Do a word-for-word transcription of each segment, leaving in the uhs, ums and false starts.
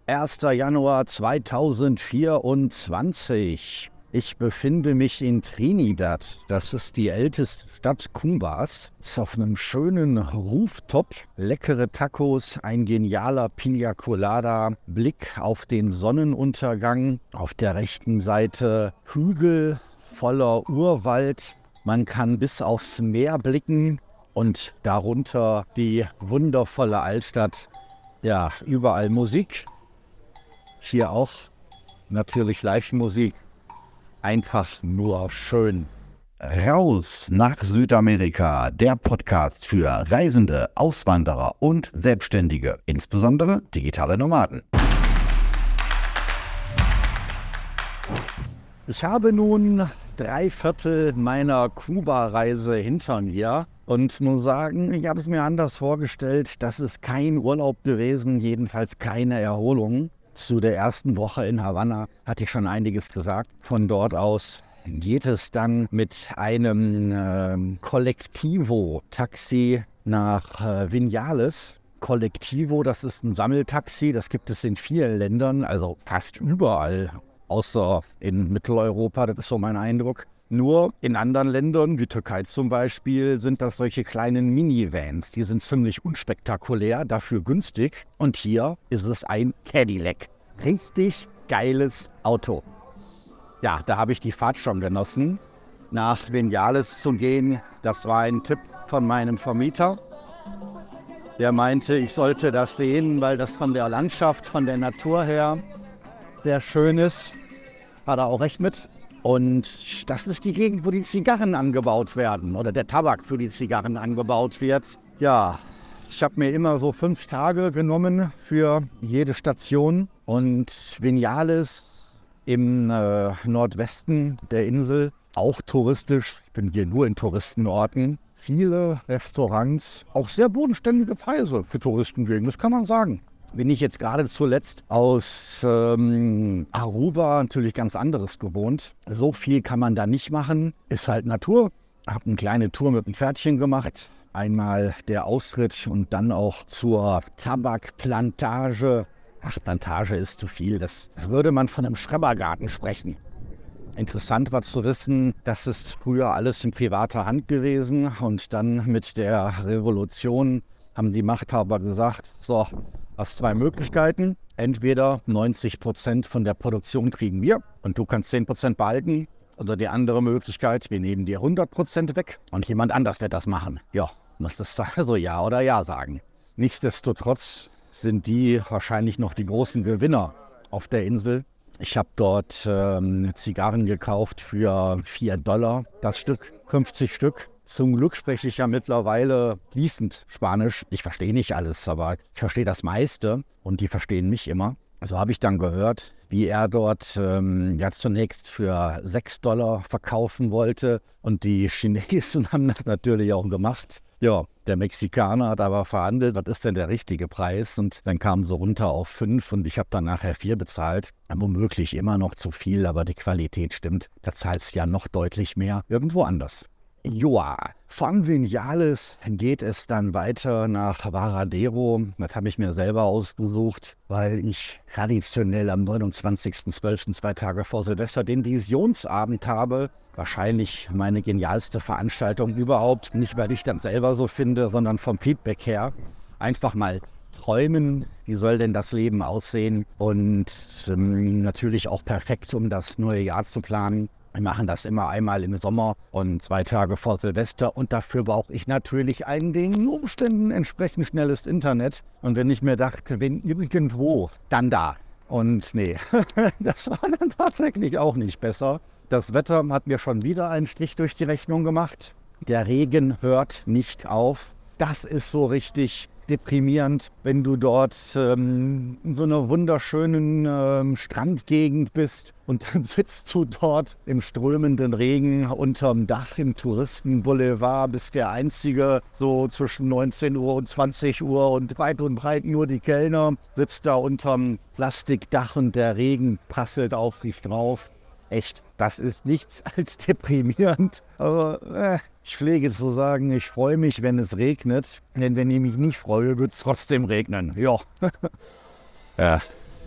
erster Januar zweitausendvierundzwanzig. Ich befinde mich in Trinidad. Das ist die älteste Stadt Kubas. Es ist auf einem schönen Rooftop. Leckere Tacos, ein genialer Piña Colada, Blick auf den Sonnenuntergang. Auf der rechten Seite Hügel voller Urwald. Man kann bis aufs Meer blicken und darunter die wundervolle Altstadt. Ja, überall Musik. Hier auch natürlich Live-Musik. Einfach nur schön. Raus nach Südamerika, der Podcast für Reisende, Auswanderer und Selbstständige, insbesondere digitale Nomaden. Ich habe nun drei Viertel meiner Kuba-Reise hinter mir und muss sagen, ich habe es mir anders vorgestellt. Das ist kein Urlaub gewesen, jedenfalls keine Erholung. Zu der ersten Woche in Havanna hatte ich schon einiges gesagt. Von dort aus geht es dann mit einem äh, Colectivo-Taxi nach äh, Vinales. Colectivo, das ist ein Sammeltaxi, das gibt es in vielen Ländern, also fast überall, außer in Mitteleuropa, das ist so mein Eindruck. Nur in anderen Ländern, wie Türkei zum Beispiel, sind das solche kleinen Minivans. Die sind ziemlich unspektakulär, dafür günstig. Und hier ist es ein Cadillac. Richtig geiles Auto. Ja, da habe ich die Fahrt schon genossen. Nach Vinales zu gehen, das war ein Tipp von meinem Vermieter. Der meinte, ich sollte das sehen, weil das von der Landschaft, von der Natur her sehr schön ist. Hat er auch recht mit. Und das ist die Gegend, wo die Zigarren angebaut werden oder der Tabak für die Zigarren angebaut wird. Ja, ich habe mir immer so fünf Tage genommen für jede Station. Und Vinales im äh, Nordwesten der Insel, auch touristisch. Ich bin hier nur in Touristenorten. Viele Restaurants, auch sehr bodenständige Preise für Touristengegenden, das kann man sagen. Bin ich jetzt gerade zuletzt aus ähm, Aruba natürlich ganz anderes gewohnt. So viel kann man da nicht machen. Ist halt Natur. Habe eine kleine Tour mit dem Pferdchen gemacht. Einmal der Ausritt und dann auch zur Tabakplantage. Ach, Plantage ist zu viel. Das würde man von einem Schrebergarten sprechen. Interessant war zu wissen, das ist früher alles in privater Hand gewesen. Und dann mit der Revolution haben die Machthaber gesagt, so, hast zwei Möglichkeiten. Entweder neunzig Prozent von der Produktion kriegen wir und du kannst zehn Prozent behalten. Oder die andere Möglichkeit, wir nehmen dir hundert Prozent weg und jemand anders wird das machen. Ja, muss das also ja oder ja sagen. Nichtsdestotrotz sind die wahrscheinlich noch die großen Gewinner auf der Insel. Ich habe dort ähm, Zigarren gekauft für vier Dollar das Stück, fünfzig Stück. Zum Glück spreche ich ja mittlerweile fließend Spanisch. Ich verstehe nicht alles, aber ich verstehe das meiste und die verstehen mich immer. So habe ich dann gehört, wie er dort ähm, ja zunächst für sechs Dollar verkaufen wollte. Und die Chinesen haben das natürlich auch gemacht. Ja, der Mexikaner hat aber verhandelt, was ist denn der richtige Preis? Und dann kamen sie runter auf fünf und ich habe dann nachher vier bezahlt. Womöglich immer noch zu viel, aber die Qualität stimmt. Da zahlst du ja noch deutlich mehr irgendwo anders. Joa, von Vinales geht es dann weiter nach Varadero. Das habe ich mir selber ausgesucht, weil ich traditionell am neunundzwanzigsten zwölften, zwei Tage vor Silvester, den Visionsabend habe. Wahrscheinlich meine genialste Veranstaltung überhaupt. Nicht, weil ich das selber so finde, sondern vom Feedback her. Einfach mal träumen, wie soll denn das Leben aussehen? Und ähm, natürlich auch perfekt, um das neue Jahr zu planen. Wir machen das immer einmal im Sommer und zwei Tage vor Silvester und dafür brauche ich natürlich ein den Umständen entsprechend schnelles Internet. Und wenn ich mir dachte, wenn irgendwo, dann da. Und nee, das war dann tatsächlich auch nicht besser. Das Wetter hat mir schon wieder einen Strich durch die Rechnung gemacht. Der Regen hört nicht auf. Das ist so richtig deprimierend, wenn du dort ähm, in so einer wunderschönen ähm, Strandgegend bist und dann sitzt du dort im strömenden Regen unterm Dach im Touristenboulevard, bist der Einzige, so zwischen neunzehn Uhr und zwanzig Uhr und weit und breit nur die Kellner, sitzt da unterm Plastikdach und der Regen prasselt auf dich drauf. Echt, das ist nichts als deprimierend, aber äh, ich pflege zu sagen, ich freue mich, wenn es regnet, denn wenn ich mich nicht freue, wird es trotzdem regnen. Ja. Ja.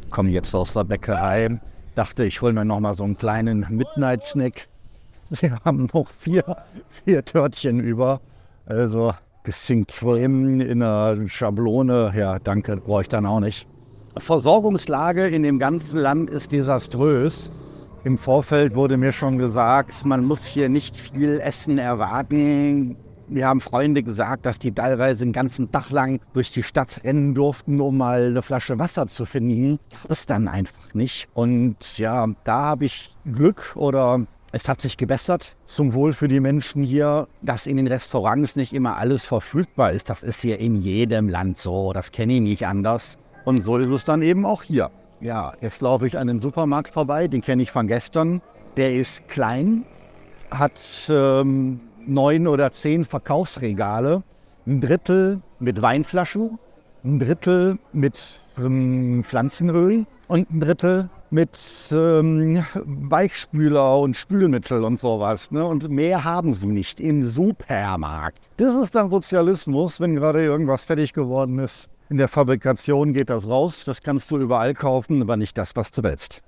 komme jetzt aus der Bäckerei, dachte, ich hole mir noch mal so einen kleinen Midnight-Snack. Sie haben noch vier, vier Törtchen über, also bisschen Creme in einer Schablone, ja danke, brauche ich dann auch nicht. Versorgungslage in dem ganzen Land ist desaströs. Im Vorfeld wurde mir schon gesagt, man muss hier nicht viel Essen erwarten. Wir haben Freunde gesagt, dass die teilweise den ganzen Tag lang durch die Stadt rennen durften, um mal eine Flasche Wasser zu finden. Das dann einfach nicht. Und ja, da habe ich Glück oder es hat sich gebessert. Zum Wohl für die Menschen hier, dass in den Restaurants nicht immer alles verfügbar ist. Das ist hier in jedem Land so. Das kenne ich nicht anders. Und so ist es dann eben auch hier. Ja, jetzt laufe ich an den Supermarkt vorbei, den kenne ich von gestern. Der ist klein, hat ähm, neun oder zehn Verkaufsregale, ein Drittel mit Weinflaschen, ein Drittel mit ähm, Pflanzenöl und ein Drittel mit ähm, Weichspüler und Spülmittel und sowas. Ne? Und mehr haben sie nicht im Supermarkt. Das ist dann Sozialismus, wenn gerade irgendwas fertig geworden ist. In der Fabrikation geht das raus, das kannst du überall kaufen, aber nicht das, was du willst.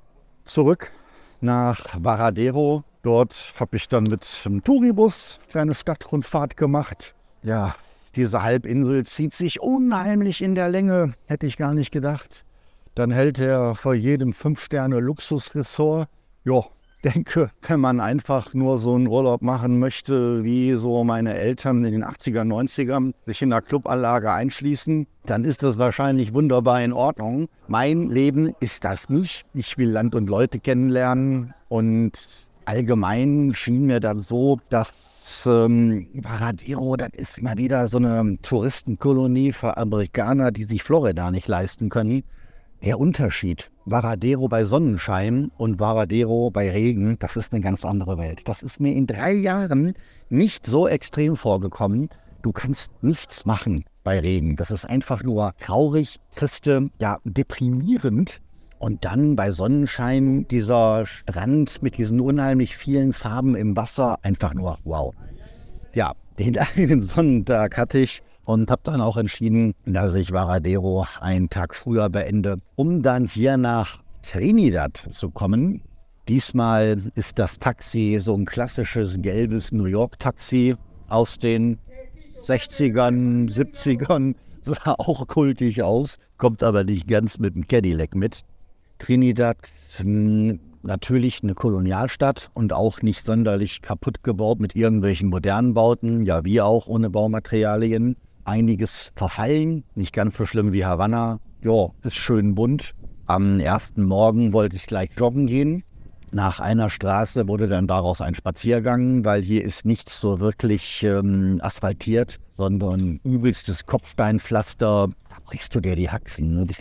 Zurück nach Varadero. Dort habe ich dann mit einem Touribus eine kleine Stadtrundfahrt gemacht. Ja, diese Halbinsel zieht sich unheimlich in der Länge, hätte ich gar nicht gedacht. Dann hält er vor jedem Fünf-Sterne-Luxusressort. Ja, denke, wenn man einfach nur so einen Urlaub machen möchte, wie so meine Eltern in den achtziger, neunzigern, sich in einer Clubanlage einschließen, dann ist das wahrscheinlich wunderbar in Ordnung. Mein Leben ist das nicht. Ich will Land und Leute kennenlernen und allgemein schien mir dann so, dass ähm, Varadero, das ist mal wieder so eine Touristenkolonie für Amerikaner, die sich Florida nicht leisten können. Der Unterschied, Varadero bei Sonnenschein und Varadero bei Regen, das ist eine ganz andere Welt. Das ist mir in drei Jahren nicht so extrem vorgekommen. Du kannst nichts machen bei Regen. Das ist einfach nur traurig, triste, ja, deprimierend. Und dann bei Sonnenschein dieser Strand mit diesen unheimlich vielen Farben im Wasser, einfach nur wow. Ja, den einen Sonnentag hatte ich. Und habe dann auch entschieden, dass ich Varadero einen Tag früher beende, um dann hier nach Trinidad zu kommen. Diesmal ist das Taxi so ein klassisches gelbes New York-Taxi aus den sechzigern, siebzigern. Sah auch kultig aus, kommt aber nicht ganz mit dem Cadillac mit. Trinidad, mh, natürlich eine Kolonialstadt und auch nicht sonderlich kaputt gebaut mit irgendwelchen modernen Bauten, ja wie auch ohne Baumaterialien. Einiges verfallen, nicht ganz so schlimm wie Havanna. Ja, ist schön bunt. Am ersten Morgen wollte ich gleich joggen gehen. Nach einer Straße wurde dann daraus ein Spaziergang, weil hier ist nichts so wirklich ähm, asphaltiert, sondern übelstes Kopfsteinpflaster. Da brichst du dir die Haxen. Ne?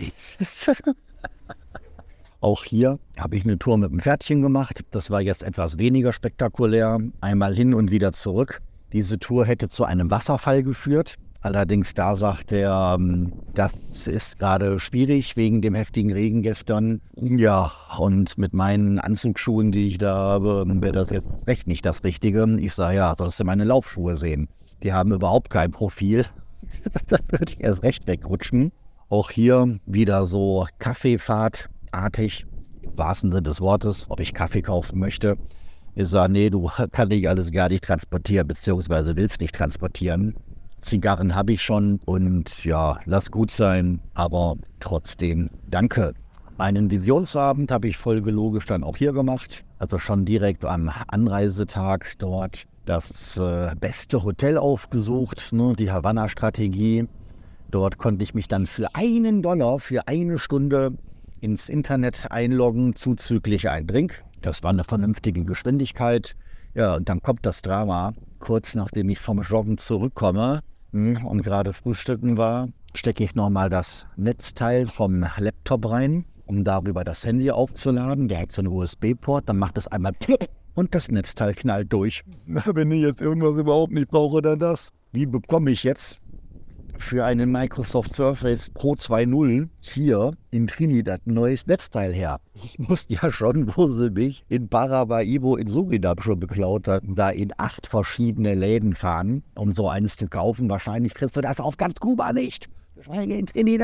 Auch hier habe ich eine Tour mit dem Pferdchen gemacht. Das war jetzt etwas weniger spektakulär. Einmal hin und wieder zurück. Diese Tour hätte zu einem Wasserfall geführt. Allerdings da sagt er, das ist gerade schwierig wegen dem heftigen Regen gestern. Ja, und mit meinen Anzugsschuhen, die ich da habe, wäre das jetzt recht nicht das Richtige. Ich sage, ja, sollst du meine Laufschuhe sehen. Die haben überhaupt kein Profil. Da würde ich erst recht wegrutschen. Auch hier wieder so Kaffeefahrtartig, im wahrsten Sinne des Wortes, ob ich Kaffee kaufen möchte. Ich sage, nee, du kannst nicht alles gar nicht transportieren, beziehungsweise willst nicht transportieren. Zigarren habe ich schon und ja, lass gut sein, aber trotzdem danke. Einen Visionsabend habe ich folgelogisch dann auch hier gemacht, also schon direkt am Anreisetag dort das äh, beste Hotel aufgesucht, ne, die Havanna-Strategie. Dort konnte ich mich dann für einen Dollar, für eine Stunde ins Internet einloggen, zuzüglich ein Drink. Das war eine vernünftige Geschwindigkeit. Ja, und dann kommt das Drama. Kurz nachdem ich vom Joggen zurückkomme und gerade frühstücken war, stecke ich nochmal das Netzteil vom Laptop rein, um darüber das Handy aufzuladen. Der hat so einen U S B-Port, dann macht es einmal plupp und das Netzteil knallt durch. Wenn ich jetzt irgendwas überhaupt nicht brauche, dann das. Wie bekomme ich jetzt für einen Microsoft Surface Pro zwei Punkt null hier in Trinidad ein neues Netzteil her? Ich musste ja schon, wo sie mich in Paramaribo in Surinam schon beklaut hatten, da in acht verschiedene Läden fahren, um so eines zu kaufen. Wahrscheinlich kriegst du das auf ganz Kuba nicht. Geschweige in Trinidad.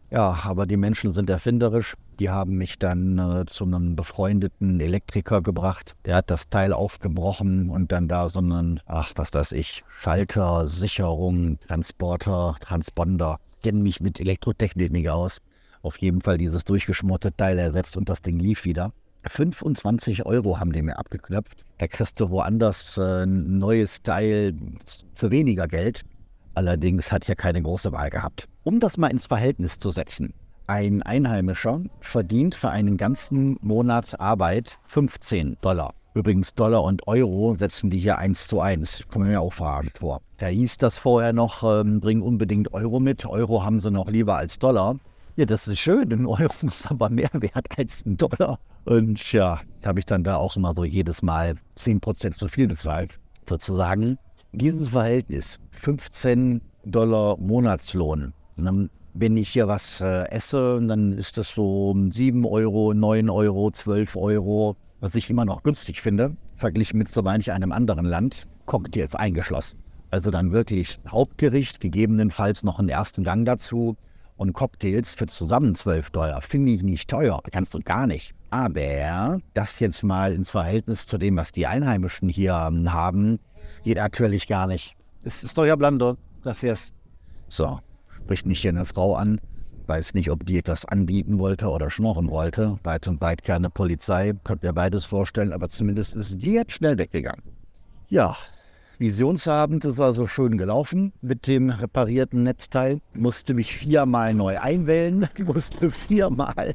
Ja, aber die Menschen sind erfinderisch. Die haben mich dann äh, zu einem befreundeten Elektriker gebracht. Der hat das Teil aufgebrochen und dann da so einen, ach, was weiß ich, Schalter, Sicherung, Transporter, Transponder. Ich kenne mich mit Elektrotechnik nicht aus. Auf jeden Fall dieses durchgeschmorte Teil ersetzt und das Ding lief wieder. fünfundzwanzig Euro haben die mir abgeknöpft. Da kriegst du woanders äh, ein neues Teil für weniger Geld. Allerdings hat hier keine große Wahl gehabt. Um das mal ins Verhältnis zu setzen. Ein Einheimischer verdient für einen ganzen Monat Arbeit fünfzehn Dollar. Übrigens Dollar und Euro setzen die hier eins zu eins. Kommen mir auch verarscht vor. Da hieß das vorher noch, ähm, bring unbedingt Euro mit. Euro haben sie noch lieber als Dollar. Ja, das ist schön. Ein Euro ist aber mehr wert als ein Dollar. Und ja, da habe ich dann da auch immer so jedes Mal zehn Prozent zu viel bezahlt. Sozusagen dieses Verhältnis, fünfzehn Dollar Monatslohn. Und dann, wenn ich hier was äh, esse, dann ist das so sieben Euro, neun Euro, zwölf Euro, was ich immer noch günstig finde, verglichen mit so manch einem anderen Land, Cocktails eingeschlossen. Also dann wirklich Hauptgericht, gegebenenfalls noch einen ersten Gang dazu und Cocktails für zusammen zwölf Dollar. Finde ich nicht teuer, kannst du gar nicht. Aber das jetzt mal ins Verhältnis zu dem, was die Einheimischen hier ähm, haben, geht natürlich gar nicht. Es ist doch ja Blando, das hier ist. So, spricht mich hier eine Frau an. Weiß nicht, ob die etwas anbieten wollte oder schnorren wollte. Weit und weit keine Polizei. Könnt mir beides vorstellen, aber zumindest ist die jetzt schnell weggegangen. Ja, Visionsabend ist also schön gelaufen mit dem reparierten Netzteil. Musste mich viermal neu einwählen. Musste viermal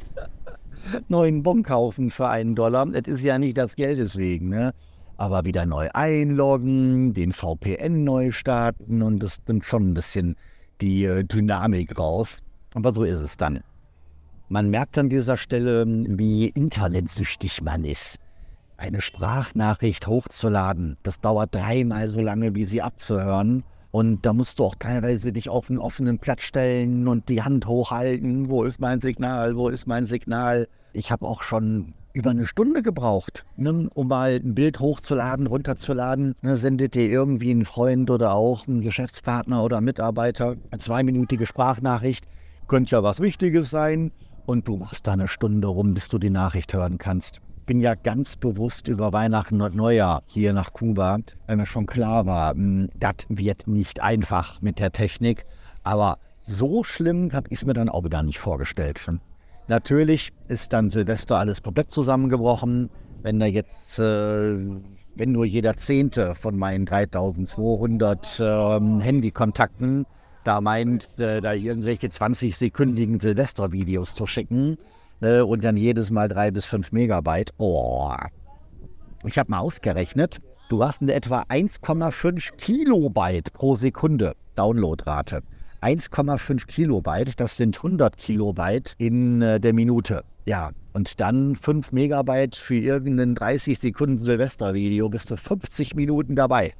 neuen Bon kaufen für einen Dollar. Das ist ja nicht das Geld deswegen, ne? Aber wieder neu einloggen, den V P N neu starten und das nimmt schon ein bisschen die äh, Dynamik raus. Aber so ist es dann. Man merkt an dieser Stelle, wie internetsüchtig man ist. Eine Sprachnachricht hochzuladen, das dauert dreimal so lange, wie sie abzuhören. Und da musst du auch teilweise dich auf einen offenen Platz stellen und die Hand hochhalten. Wo ist mein Signal? Wo ist mein Signal? Ich habe auch schon über eine Stunde gebraucht, ne, um mal ein Bild hochzuladen, runterzuladen. Ne, sendet dir irgendwie ein Freund oder auch ein Geschäftspartner oder Mitarbeiter eine zweiminütige Sprachnachricht. Könnte ja was Wichtiges sein. Und du machst da eine Stunde rum, bis du die Nachricht hören kannst. Ich bin ja ganz bewusst über Weihnachten und Neujahr hier nach Kuba, weil mir schon klar war, das wird nicht einfach mit der Technik. Aber so schlimm habe ich es mir dann auch wieder nicht vorgestellt. Natürlich ist dann Silvester alles komplett zusammengebrochen. Wenn da jetzt, äh, wenn nur jeder Zehnte von meinen dreitausendzweihundert äh, Handykontakten da meint, äh, da irgendwelche zwanzig-sekündigen Silvestervideos zu schicken, und dann jedes Mal drei bis fünf Megabyte. Oh. Ich habe mal ausgerechnet, du hast eine etwa eins Komma fünf Kilobyte pro Sekunde Downloadrate. eins Komma fünf Kilobyte, das sind hundert Kilobyte in äh, der Minute. Ja, und dann fünf Megabyte für irgendein dreißig Sekunden Silvestervideo, bist du fünfzig Minuten dabei.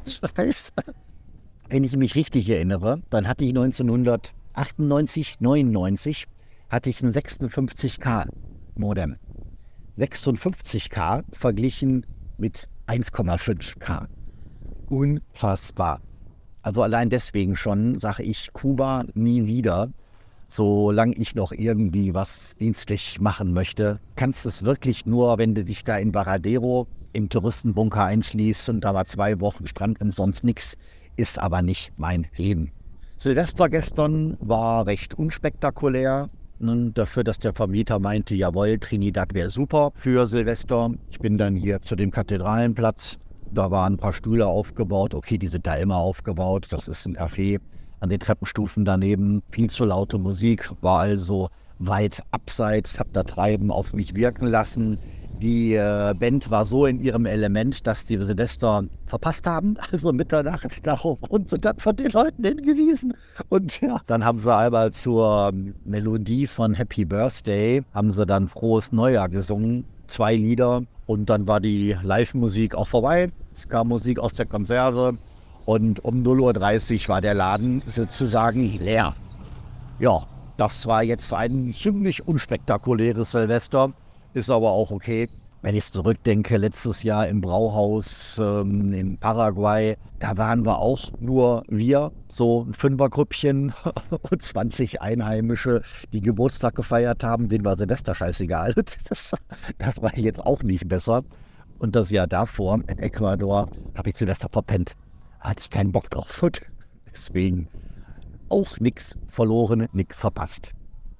Wenn ich mich richtig erinnere, dann hatte ich neunzehnhundertachtundneunzig, neunundneunzig hatte ich ein sechsundfünfzig K Modem. sechsundfünfzig K verglichen mit eins Komma fünf K. Unfassbar. Also allein deswegen schon sage ich Kuba nie wieder. Solange ich noch irgendwie was dienstlich machen möchte, kannst du es wirklich nur, wenn du dich da in Varadero im Touristenbunker einschließt und da war zwei Wochen Strand und sonst nichts, ist aber nicht mein Leben. Silvester gestern war recht unspektakulär. Dafür, dass der Vermieter meinte, jawohl, Trinidad wäre super für Silvester. Ich bin dann hier zu dem Kathedralenplatz. Da waren ein paar Stühle aufgebaut. Okay, die sind da immer aufgebaut. Das ist ein Café an den Treppenstufen daneben. Viel zu laute Musik, war also weit abseits, hab da Treiben auf mich wirken lassen. Die äh, Band war so in ihrem Element, dass die Silvester verpasst haben, also Mitternacht darauf und sind dann von den Leuten hingewiesen. Und ja, dann haben sie einmal zur Melodie von Happy Birthday, haben sie dann Frohes Neujahr gesungen, zwei Lieder und dann war die Live-Musik auch vorbei. Es kam Musik aus der Konserve und um null Uhr dreißig war der Laden sozusagen leer. Ja, das war jetzt ein ziemlich unspektakuläres Silvester. Ist aber auch okay. Wenn ich zurückdenke, letztes Jahr im Brauhaus ähm, in Paraguay, da waren wir auch nur wir, so ein Fünfergrüppchen und zwanzig Einheimische, die Geburtstag gefeiert haben, denen war Silvester scheißegal. Das, das war jetzt auch nicht besser. Und das Jahr davor in Ecuador habe ich Silvester verpennt. Hatte ich keinen Bock drauf. Und deswegen auch nichts verloren, nichts verpasst.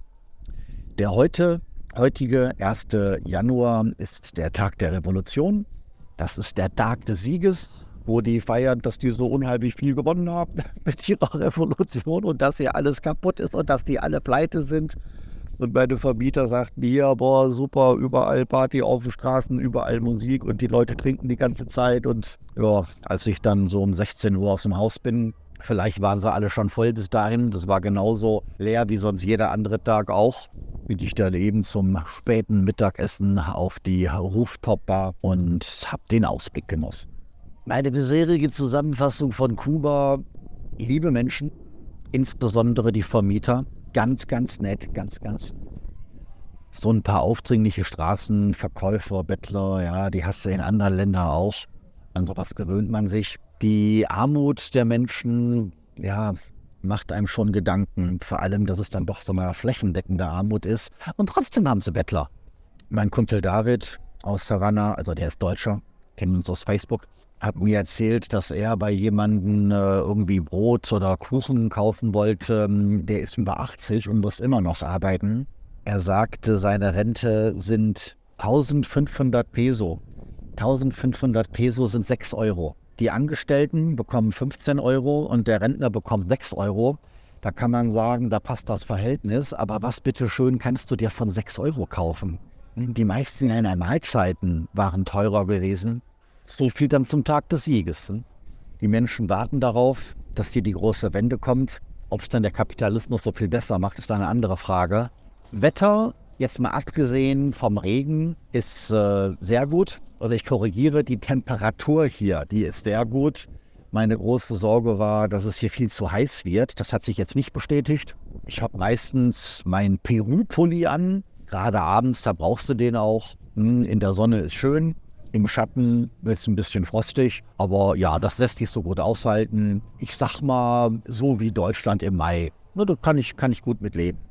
Der heute heutige erster Januar ist der Tag der Revolution. Das ist der Tag des Sieges, wo die feiern, dass die so unheimlich viel gewonnen haben mit ihrer Revolution und dass hier alles kaputt ist und dass die alle pleite sind. Und meine Vermieter sagten hier, boah, super, überall Party auf den Straßen, überall Musik und die Leute trinken die ganze Zeit. Und ja, als ich dann so um sechzehn Uhr aus dem Haus bin, vielleicht waren sie alle schon voll bis dahin. Das war genauso leer wie sonst jeder andere Tag auch. Bin ich dann eben zum späten Mittagessen auf die Rooftop-Bar und habe den Ausblick genossen. Meine bisherige Zusammenfassung von Kuba: liebe Menschen, insbesondere die Vermieter, ganz, ganz nett, ganz, ganz. So ein paar aufdringliche Straßenverkäufer, Bettler, ja, die hast du in anderen Ländern auch. An sowas gewöhnt man sich. Die Armut der Menschen, ja, macht einem schon Gedanken. Vor allem, dass es dann doch so eine flächendeckende Armut ist. Und trotzdem haben sie Bettler. Mein Kumpel David aus Havanna, also der ist Deutscher, kennen uns aus Facebook, hat mir erzählt, dass er bei jemandem äh, irgendwie Brot oder Kuchen kaufen wollte. Der ist über achtzig und muss immer noch arbeiten. Er sagte, seine Rente sind eintausendfünfhundert Peso. eintausendfünfhundert Peso sind sechs Euro. Die Angestellten bekommen fünfzehn Euro und der Rentner bekommt sechs Euro. Da kann man sagen, da passt das Verhältnis. Aber was bitteschön kannst du dir von sechs Euro kaufen? Die meisten Mahlzeiten waren teurer gewesen. So viel dann zum Tag des Sieges. Die Menschen warten darauf, dass hier die große Wende kommt. Ob es dann der Kapitalismus so viel besser macht, ist eine andere Frage. Wetter, jetzt mal abgesehen vom Regen, ist äh, sehr gut. Oder ich korrigiere, die Temperatur hier, die ist sehr gut. Meine große Sorge war, dass es hier viel zu heiß wird. Das hat sich jetzt nicht bestätigt. Ich habe meistens meinen Peru-Pulli an. Gerade abends, da brauchst du den auch. In der Sonne ist schön. Im Schatten wird es ein bisschen frostig. Aber ja, das lässt sich so gut aushalten. Ich sag mal, so wie Deutschland im Mai. Na, da kann ich, kann ich gut mitleben.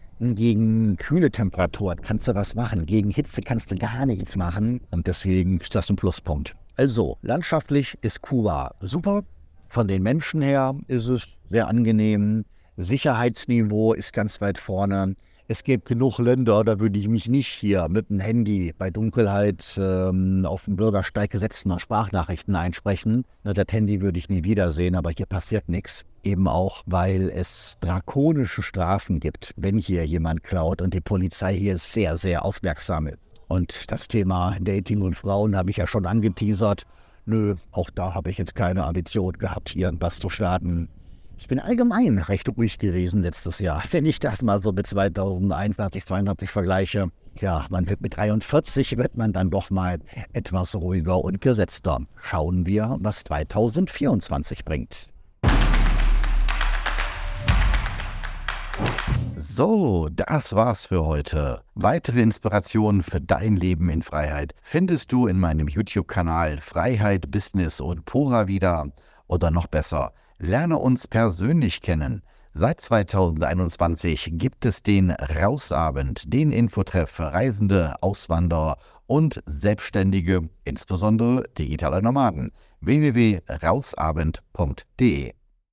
Gegen kühle Temperaturen kannst du was machen. Gegen Hitze kannst du gar nichts machen. Und deswegen ist das ein Pluspunkt. Also, landschaftlich ist Kuba super. Von den Menschen her ist es sehr angenehm. Sicherheitsniveau ist ganz weit vorne. Es gibt genug Länder, da würde ich mich nicht hier mit dem Handy bei Dunkelheit ähm, auf den Bürgersteig gesetzt nach Sprachnachrichten einsprechen. Na, das Handy würde ich nie wiedersehen, aber hier passiert nichts. Eben auch, weil es drakonische Strafen gibt, wenn hier jemand klaut. Und die Polizei hier ist sehr, sehr aufmerksam. Und das Thema Dating und Frauen habe ich ja schon angeteasert. Nö, auch da habe ich jetzt keine Ambition gehabt, irgendwas zu starten. Ich bin allgemein recht ruhig gewesen letztes Jahr. Wenn ich das mal so mit zweitausendeinundzwanzig, zweiundzwanzig vergleiche, ja, man wird mit dreiundvierzig wird man dann doch mal etwas ruhiger und gesetzter. Schauen wir, was zweitausendvierundzwanzig bringt. So, das war's für heute. Weitere Inspirationen für dein Leben in Freiheit findest du in meinem YouTube-Kanal Freiheit, Business und Pura wieder. Oder noch besser, lerne uns persönlich kennen. Seit zweitausendeinundzwanzig gibt es den Rausabend, den Infotreff für Reisende, Auswanderer und Selbstständige, insbesondere digitale Nomaden. w w w punkt rausabend punkt de